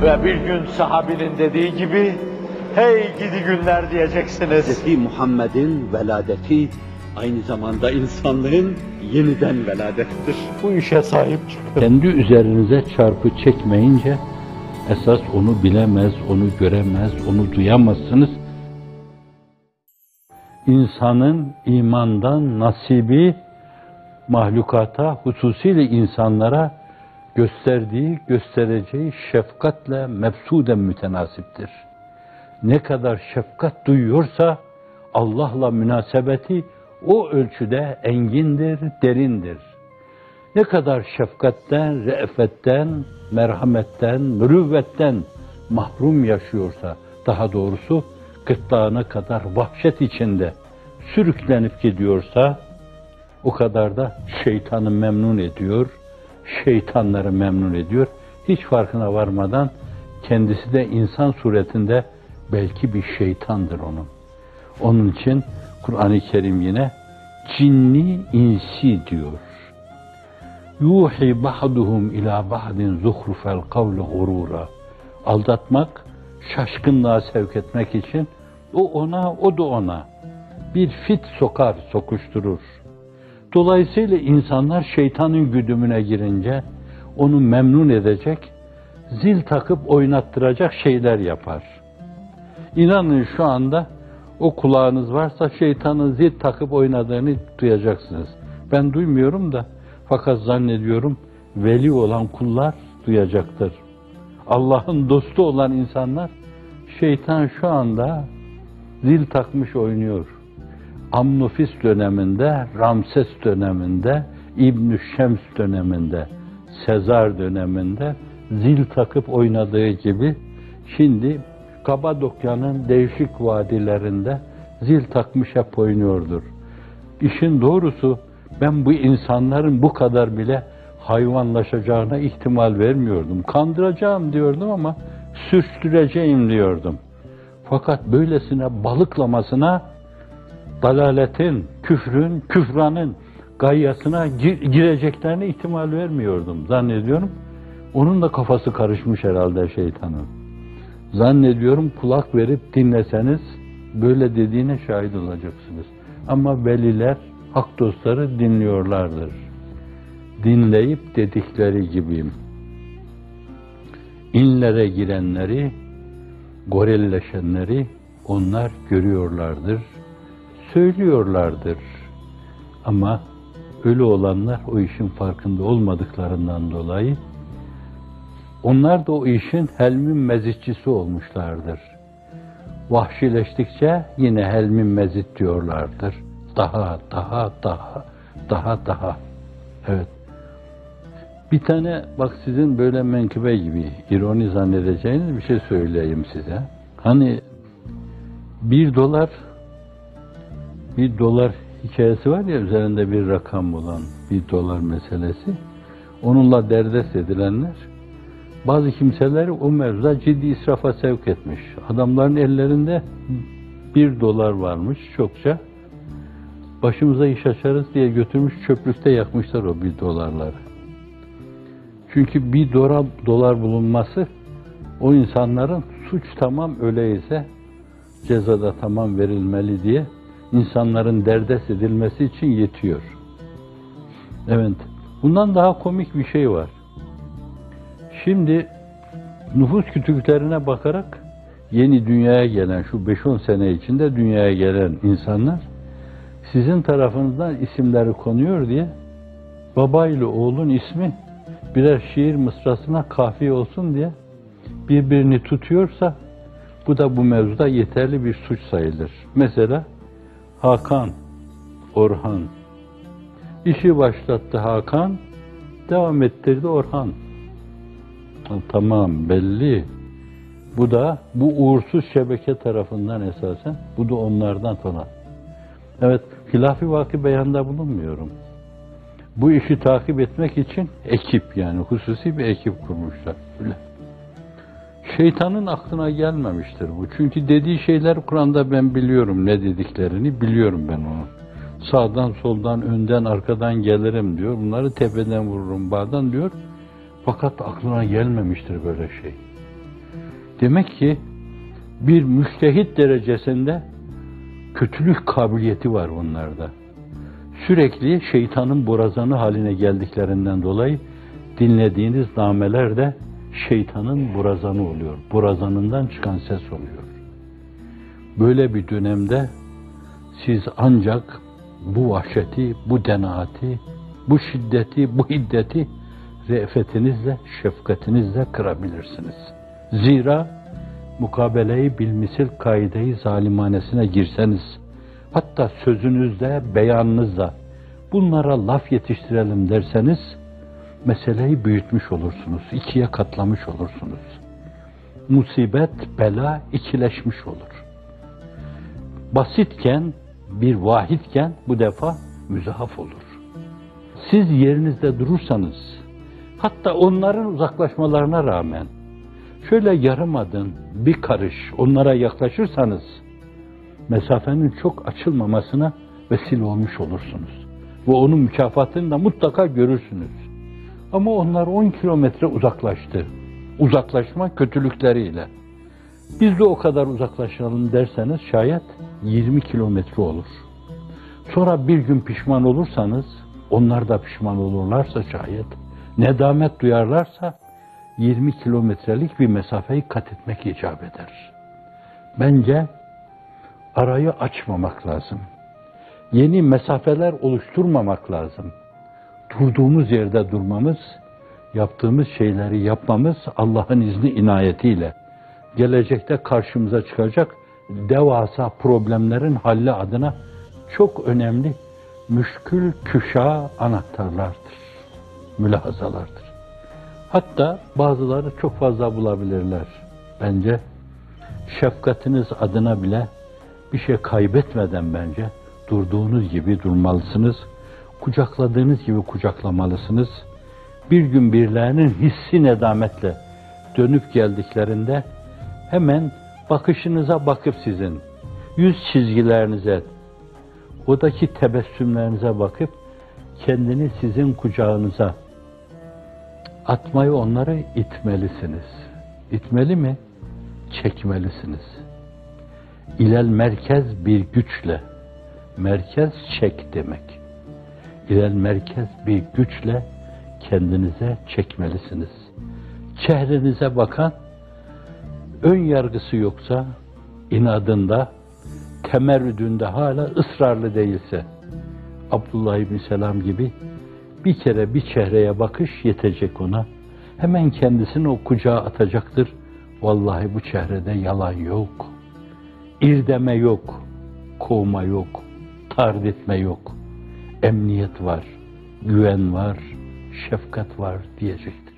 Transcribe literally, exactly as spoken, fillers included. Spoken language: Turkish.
Ve bir gün sahabinin dediği gibi, hey gidi günler diyeceksiniz. Hazreti Muhammed'in veladeti aynı zamanda insanlığın yeniden veladettir. Bu işe sahip çıkın. Kendi üzerinize çarpı çekmeyince, esas onu bilemez, onu göremez, onu duyamazsınız. İnsanın imandan nasibi, mahlukata, hususiyle insanlara gösterdiği, göstereceği şefkatle mebsuden mütenasiptir. Ne kadar şefkat duyuyorsa, Allah'la münasebeti o ölçüde engindir, derindir. Ne kadar şefkatten, re'fetten, merhametten, mürüvvetten mahrum yaşıyorsa, daha doğrusu gırtlağına kadar vahşet içinde sürüklenip gidiyorsa, o kadar da şeytanı memnun ediyor, şeytanları memnun ediyor. Hiç farkına varmadan kendisi de insan suretinde belki bir şeytandır onun. Onun için Kur'an-ı Kerim yine cinni insi diyor. Yuhi ba'duhum ila ba'din zuhrufel kavli gurura. Aldatmak, şaşkınlığa sevk etmek için o ona, o da ona bir fit sokar, sokuşturur. Dolayısıyla insanlar şeytanın güdümüne girince onu memnun edecek, zil takıp oynattıracak şeyler yapar. İnanın şu anda o kulağınız varsa şeytanın zil takıp oynadığını duyacaksınız. Ben duymuyorum da fakat zannediyorum veli olan kullar duyacaktır. Allah'ın dostu olan insanlar, şeytan şu anda zil takmış oynuyor. Amnufis döneminde, Ramses döneminde, İbn-i Şems döneminde, Sezar döneminde zil takıp oynadığı gibi şimdi Kapadokya'nın değişik vadilerinde zil takmış hep oynuyordur. İşin doğrusu ben bu insanların bu kadar bile hayvanlaşacağına ihtimal vermiyordum. Kandıracağım diyordum ama sürçtüreceğim diyordum. Fakat böylesine balıklamasına, dalaletin, küfrün, küfranın gayyasına gir, gireceklerine ihtimal vermiyordum. Zannediyorum onun da kafası karışmış herhalde şeytanın. Zannediyorum kulak verip dinleseniz böyle dediğine şahit olacaksınız. Ama veliler, hak dostları dinliyorlardır. Dinleyip dedikleri gibi inlere girenleri, gorilleşenleri onlar görüyorlardır, söylüyorlardır. Ama ölü olanlar o işin farkında olmadıklarından dolayı onlar da o işin helmin mezitçisi olmuşlardır. Vahşileştikçe yine helmin mezit diyorlardır. Daha, daha, daha, daha, daha. Evet. Bir tane bak sizin böyle menkıbe gibi ironi zannedeceğiniz bir şey söyleyeyim size. Hani bir dolar bir dolar hikayesi var ya, üzerinde bir rakam olan bir dolar meselesi. Onunla derdest edilenler bazı kimseleri o mevzuda ciddi israfa sevk etmiş. Adamların ellerinde bir dolar varmış çokça. Başımıza iş açarız diye götürmüş, çöplükte yakmışlar o bir dolarları. Çünkü bir dolar, dolar bulunması o insanların suç tamam öyleyse cezada tamam verilmeli diye insanların derdest edilmesi için yetiyor. Evet. Bundan daha komik bir şey var. Şimdi nüfus kütüklerine bakarak yeni dünyaya gelen, şu beş on sene içinde dünyaya gelen insanlar sizin tarafınızdan isimleri konuyor diye baba ile oğlun ismi birer şiir mısrasına kafi olsun diye birbirini tutuyorsa bu da bu mevzuda yeterli bir suç sayılır. Mesela Hakan, Orhan. İşi başlattı Hakan, devam ettirdi Orhan. Tamam, belli. Bu da bu uğursuz şebeke tarafından esasen, bu da onlardan falan. Evet, hilaf-ı vakı beyanda bulunmuyorum. Bu işi takip etmek için ekip, yani hususi bir ekip kurmuşlar. Öyle. Şeytanın aklına gelmemiştir bu. Çünkü dediği şeyler Kur'an'da ben biliyorum ne dediklerini, biliyorum ben onu. Sağdan, soldan, önden, arkadan gelirim diyor. Bunları tepeden vururum, bağdan diyor. Fakat aklına gelmemiştir böyle şey. Demek ki bir müştehit derecesinde kötülük kabiliyeti var onlarda. Sürekli şeytanın borazanı haline geldiklerinden dolayı dinlediğiniz nameler de şeytanın borazanı oluyor. Borazanından çıkan ses oluyor. Böyle bir dönemde siz ancak bu vahşeti, bu denaati, bu şiddeti, bu hiddeti re'fetinizle, şefkatinizle kırabilirsiniz. Zira mukabeleyi bilmisil kaide-i zalimanesine girseniz, hatta sözünüzde, beyanınızda bunlara laf yetiştirelim derseniz, meseleyi büyütmüş olursunuz, ikiye katlamış olursunuz. Musibet, bela ikileşmiş olur. Basitken, bir vahidken bu defa müzahaf olur. Siz yerinizde durursanız, hatta onların uzaklaşmalarına rağmen, şöyle yarım adım, bir karış onlara yaklaşırsanız, mesafenin çok açılmamasına vesile olmuş olursunuz. Ve onun mükafatını da mutlaka görürsünüz. Ama onlar on kilometre uzaklaştı. Uzaklaşma kötülükleriyle. Biz de o kadar uzaklaşalım derseniz şayet yirmi kilometre olur. Sonra bir gün pişman olursanız, onlar da pişman olurlarsa şayet, nedamet duyarlarsa, yirmi kilometrelik bir mesafeyi kat etmek icap eder. Bence arayı açmamak lazım. Yeni mesafeler oluşturmamak lazım. Durduğumuz yerde durmamız, yaptığımız şeyleri yapmamız Allah'ın izni inayetiyle gelecekte karşımıza çıkacak devasa problemlerin halli adına çok önemli müşkül küşa anahtarlardır, mülahazalardır. Hatta bazıları çok fazla bulabilirler. Bence şefkatiniz adına bile bir şey kaybetmeden bence durduğunuz gibi durmalısınız. Kucakladığınız gibi kucaklamalısınız. Bir gün birilerinin hissi nedametle dönüp geldiklerinde hemen bakışınıza bakıp sizin, yüz çizgilerinize, odaki tebessümlerinize bakıp kendini sizin kucağınıza atmayı onları itmelisiniz. İtmeli mi? Çekmelisiniz. İlel merkez bir güçle, merkez çek demek. İlel merkez bir güçle kendinize çekmelisiniz. Çehrenize bakan, ön yargısı yoksa, inadında, temerrüdünde hala ısrarlı değilse, Abdullah İbni Selam gibi bir kere bir çehreye bakış yetecek ona. Hemen kendisini o kucağa atacaktır. Vallahi bu çehrede yalan yok. İrdeme yok. Kovma yok. Tard etme yok. Emniyet var. Güven var. Şefkat var diyecektir.